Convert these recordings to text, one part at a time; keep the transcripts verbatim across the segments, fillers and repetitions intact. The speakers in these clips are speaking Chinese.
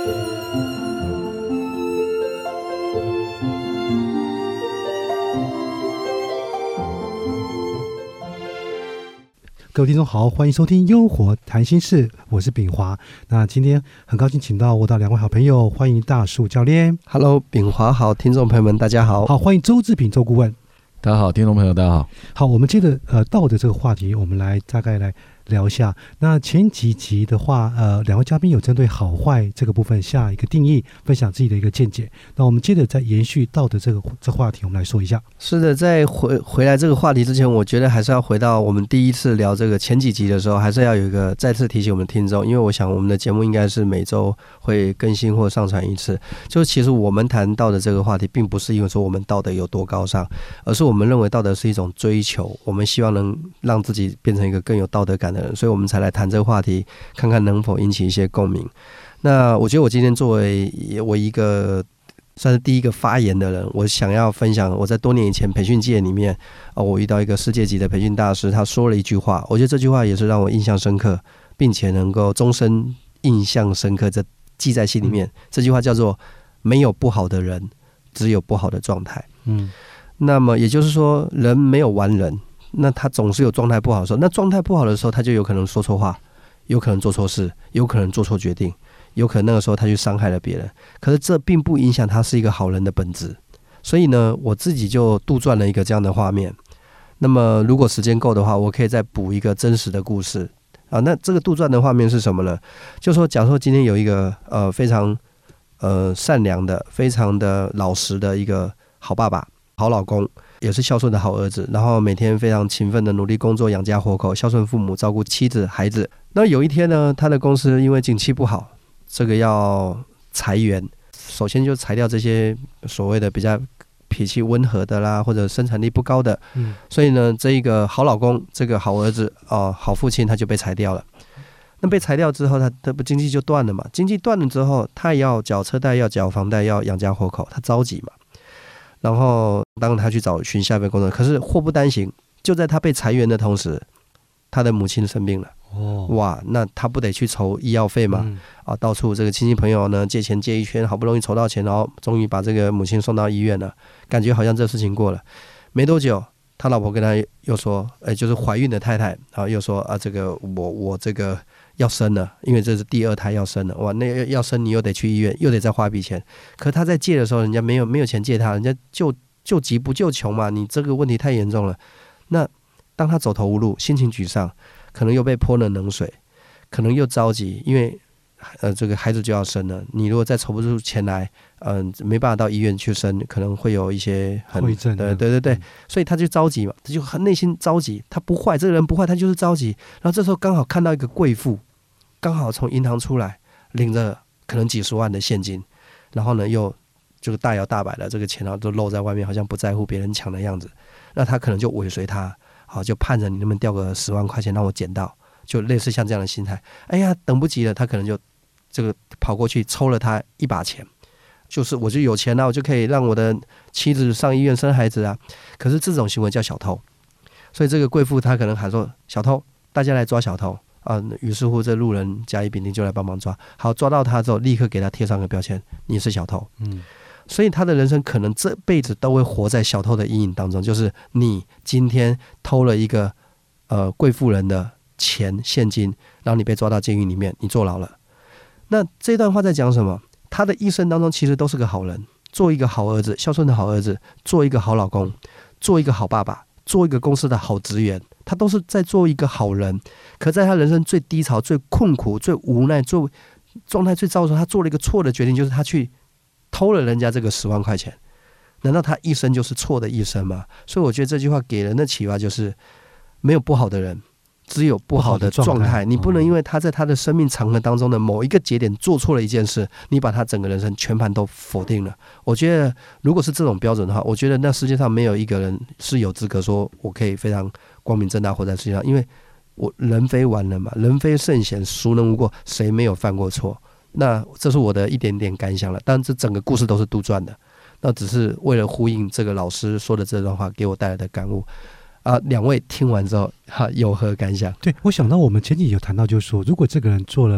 各位听众好，欢迎收听优活谈心事，我是秉华。那今天很高兴请到我的两位好朋友，欢迎大树教练。 Hello， 秉华好，听众朋友们大家好。 好，欢迎周志平周顾问。 大家好，听众朋友大家好。 好，我们接着呃道德这个话题，我们来大概来聊一下。那前几集的话，呃，两位嘉宾有针对好坏这个部分下一个定义，分享自己的一个见解。那我们接着再延续道德这个这个话题，我们来说一下。 是的，在回回来这个话题之前，我觉得还是要回到我们第一次聊这个前几集的时候，还是要有一个再次提醒我们的听众，因为我想我们的节目应该是每周会更新或上传一次。就其实我们谈道德这个话题，并不是因为说我们道德有多高尚，而是我们认为道德是一种追求，我们希望能让自己变成一个更有道德感的人，所以我们才来谈这个话题，看看能否引起一些共鸣。那我觉得我今天作为我一个算是第一个发言的人，我想要分享我在多年以前培训界里面，我遇到一个世界级的培训大师，他说了一句话，我觉得这句话也是让我印象深刻，并且能够终身印象深刻，这记在心里面。这句话叫做没有不好的人，只有不好的状态。嗯，那么也就是说，人没有完人，那他总是有状态不好的时候，那状态不好的时候，他就有可能说错话，有可能做错事，有可能做错决定，有可能那个时候他去伤害了别人，可是这并不影响他是一个好人的本质。所以呢，我自己就杜撰了一个这样的画面。那么如果时间够的话，我可以再补一个真实的故事啊。那这个杜撰的画面是什么呢？就说假如说今天有一个呃非常呃善良的、非常的老实的一个好爸爸、好老公，也是孝顺的好儿子，然后每天非常勤奋的努力工作养家活口，孝顺父母，照顾妻子孩子。那有一天呢，他的公司因为景气不好，这个要裁员，首先就裁掉这些所谓的比较脾气温和的啦，或者生产力不高的。嗯，所以呢，这一个好老公，这个好儿子哦、呃，好父亲，他就被裁掉了。那被裁掉之后，他他不经济就断了嘛？经济断了之后，他也要缴车贷，要缴房贷，要养家活口，他着急嘛。然后当然他去找寻下一份工作，可是祸不单行，就在他被裁员的同时，他的母亲生病了。哦，哇，那他不得去筹医药费吗？嗯、啊，到处这个亲戚朋友呢借钱借一圈，好不容易筹到钱，然后终于把这个母亲送到医院了，感觉好像这事情过了。没多久，他老婆跟他又说，哎，就是怀孕的太太啊，又说啊，这个我我这个要生了，因为这是第二胎要生了，哇，那要生你又得去医院，又得再花一笔钱。可他在借的时候，人家没有没有钱借他，人家救救急不救穷嘛，你这个问题太严重了。那当他走投无路，心情沮丧，可能又被泼了冷水，可能又着急，因为呃这个孩子就要生了，你如果再筹不出钱来，嗯、呃，没办法到医院去生，可能会有一些很后遗症。 对对对对，所以他就着急嘛，他就很内心着急。他不坏，这个人不坏，他就是着急。然后这时候刚好看到一个贵妇，刚好从银行出来，领着可能几十万的现金，然后呢又就是大摇大摆的这个钱，然后都露在外面，好像不在乎别人抢的样子。那他可能就尾随他。好，就盼着你能不能掉个十万块钱让我捡到，就类似像这样的心态。哎呀，等不及了，他可能就这个跑过去抽了他一把钱，就是我就有钱了，我就可以让我的妻子上医院生孩子啊。可是这种行为叫小偷，所以这个贵妇她可能喊说小偷，大家来抓小偷啊。于是乎这路人甲乙丙丁就来帮忙抓。好，抓到他之后，立刻给他贴上个标签，你是小偷。嗯。所以他的人生可能这辈子都会活在小偷的阴影当中，就是你今天偷了一个呃贵妇人的钱现金，然后你被抓到监狱里面，你坐牢了。那这段话在讲什么？他的一生当中其实都是个好人，做一个好儿子，孝顺的好儿子，做一个好老公，做一个好爸爸，做一个公司的好职员，他都是在做一个好人。可在他人生最低潮、最困苦、最无奈、最状态最糟的时候，他做了一个错的决定，就是他去偷了人家这个十万块钱。难道他一生就是错的一生吗？所以我觉得这句话给人的启发就是，没有不好的人，只有不好的状态。你不能因为他在他的生命长河当中的某一个节点做错了一件事，你把他整个人生全盘都否定了。我觉得如果是这种标准的话，我觉得那世界上没有一个人是有资格说我可以非常光明正大活在世界上，因为我人非完人嘛，人非圣贤，孰能无过？谁没有犯过错？那这是我的一点点感想了，但这整个故事都是杜撰的，那只是为了呼应这个老师说的这段话给我带来的感悟啊。两位听完之后哈有何感想？ 对，我想到我们前几集有谈到，就是说如果这个人做了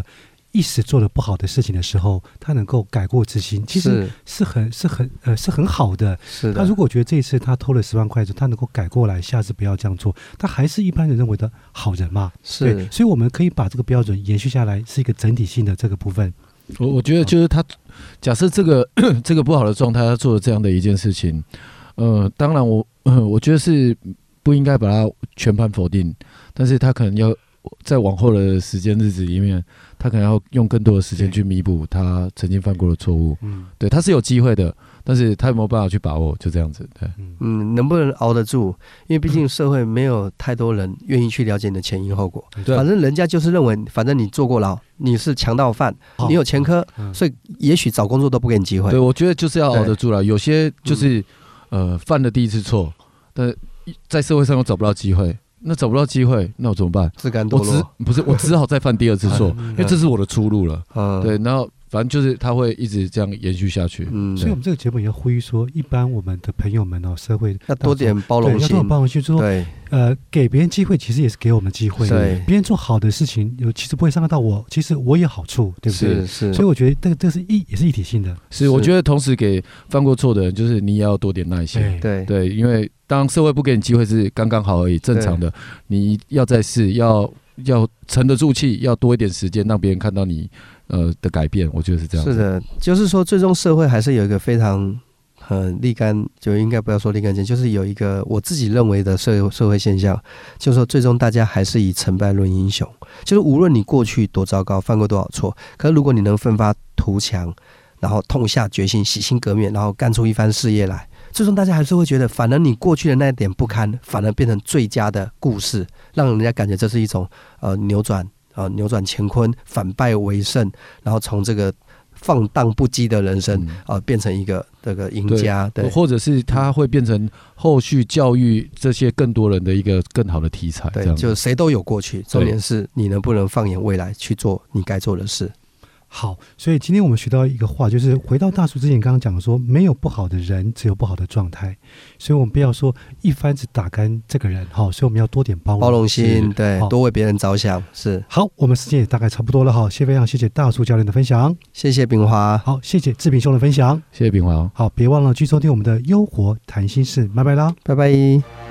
一时做了不好的事情的时候，他能够改过自新，其实是很是很呃是很好的。 是的。 他如果觉得这一次他偷了十万块之后，他能够改过来，下次不要这样做，他还是一般人认为的好人嘛。 是。 对，所以我们可以把这个标准延续下来，是一个整体性的这个部分。 我我觉得就是他假设这个这个不好的状态，他做了这样的一件事情，呃，当然我、呃、我觉得是不应该把它全盘否定，但是他可能要在往后的时间日子里面，他可能要用更多的时间去弥补他曾经犯过的错误。嗯，对，他是有机会的，但是他有没有办法去把握，就这样子。对， 嗯，能不能熬得住？因为毕竟社会没有太多人愿意去了解你的前因后果。对，反正人家就是认为，反正你坐过牢，你是强盗犯，你有前科，嗯、所以也许找工作都不给你机会。 对，我觉得就是要熬得住了。有些就是、嗯、呃犯了第一次错，但在社会上又找不到机会。那找不到机会，那我怎么办？ 自甘堕落。 不是，我只好再犯第二次错，因为这是我的出路了。嗯，对，然后反正就是他会一直这样延续下去。 嗯，所以我们这个节目也要呼吁说，一般我们的朋友们哦，社会要多点包容性， 要多点包容性，说对，呃，给别人机会，其实也是给我们机会。对，别人做好的事情，有其实不会伤害到我，其实我也有好处，对不对？ 是是。 所以我觉得这个这是一也是一体性的。 是，我觉得同时给犯过错的人，就是你也要多点耐心。 对对，因为当社会不给你机会是刚刚好而已，正常的。你要再试，要要沉得住气，要多一点时间，让别人看到你呃的改变。我觉得是这样。 是的，就是说，最终社会还是有一个非常很立竿，就应该不要说立竿见，就是有一个我自己认为的社社会现象，就是说，最终大家还是以成败论英雄。就是无论你过去多糟糕，犯过多少错，可是如果你能奋发图强，然后痛下决心，洗心革面，然后干出一番事业来。最终大家还是会觉得，反而你过去的那一点不堪，反而变成最佳的故事，让人家感觉这是一种呃扭转呃扭转乾坤，反败为胜，然后从这个放荡不羁的人生呃变成一个这个赢家，对， 对，或者是他会变成后续教育这些更多人的一个更好的题材。 对，就谁都有过去，重点是你能不能放眼未来去做你该做的事。 好，所以今天我们学到一个话，就是回到大叔之前刚刚讲说，没有不好的人，只有不好的状态。所以我们不要说一竿子打干这个人，好，所以我们要多点包容包容心，对，多为别人着想。是， 好，我们时间也大概差不多了哈，谢非常谢谢大叔教练的分享， 谢谢秉华， 好，谢谢志平兄的分享， 谢谢秉华， 好，别忘了去收听我们的优活谈心事，拜拜啦， 拜拜。